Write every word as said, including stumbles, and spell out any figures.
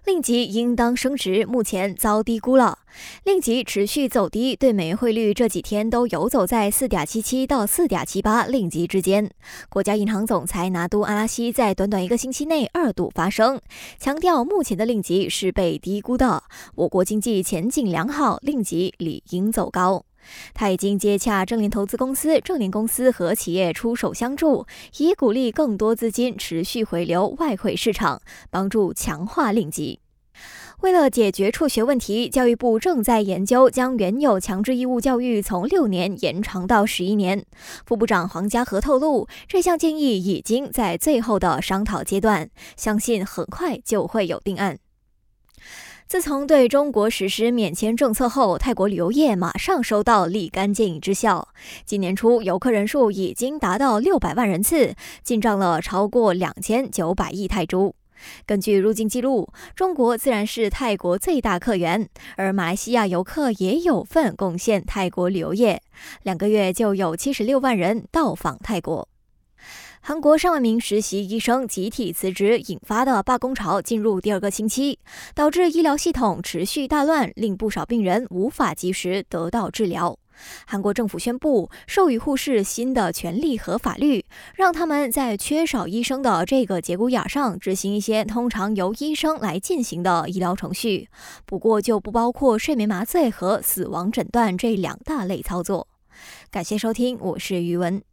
令吉应当升值，目前遭低估了。令吉持续走低，对美元汇率这几天都游走在 四点七七 到 四点七八 令吉之间。国家银行总裁拿督阿拉西在短短一个星期内二度发声，强调目前的令吉是被低估的，我国经济前景良好，令吉理应走高。他已经接洽正联投资公司、正联公司和企业出手相助，以鼓励更多资金持续回流外汇市场，帮助强化令吉。为了解决辍学问题，教育部正在研究将原有强制义务教育从六年延长到十一年。副部长黄家和透露，这项建议已经在最后的商讨阶段，相信很快就会有定案。自从对中国实施免签政策后，泰国旅游业马上收到立竿见影之效。今年初游客人数已经达到六百万人次，进账了超过两千九百亿泰铢。根据入境记录，中国自然是泰国最大客源，而马来西亚游客也有份贡献泰国旅游业，两个月就有七十六万人到访泰国。韩国上万名实习医生集体辞职引发的罢工潮进入第二个星期，导致医疗系统持续大乱，令不少病人无法及时得到治疗。韩国政府宣布授予护士新的权利和法律，让他们在缺少医生的这个节骨眼上执行一些通常由医生来进行的医疗程序，不过就不包括睡眠麻醉和死亡诊断这两大类操作。感谢收听，我是于文。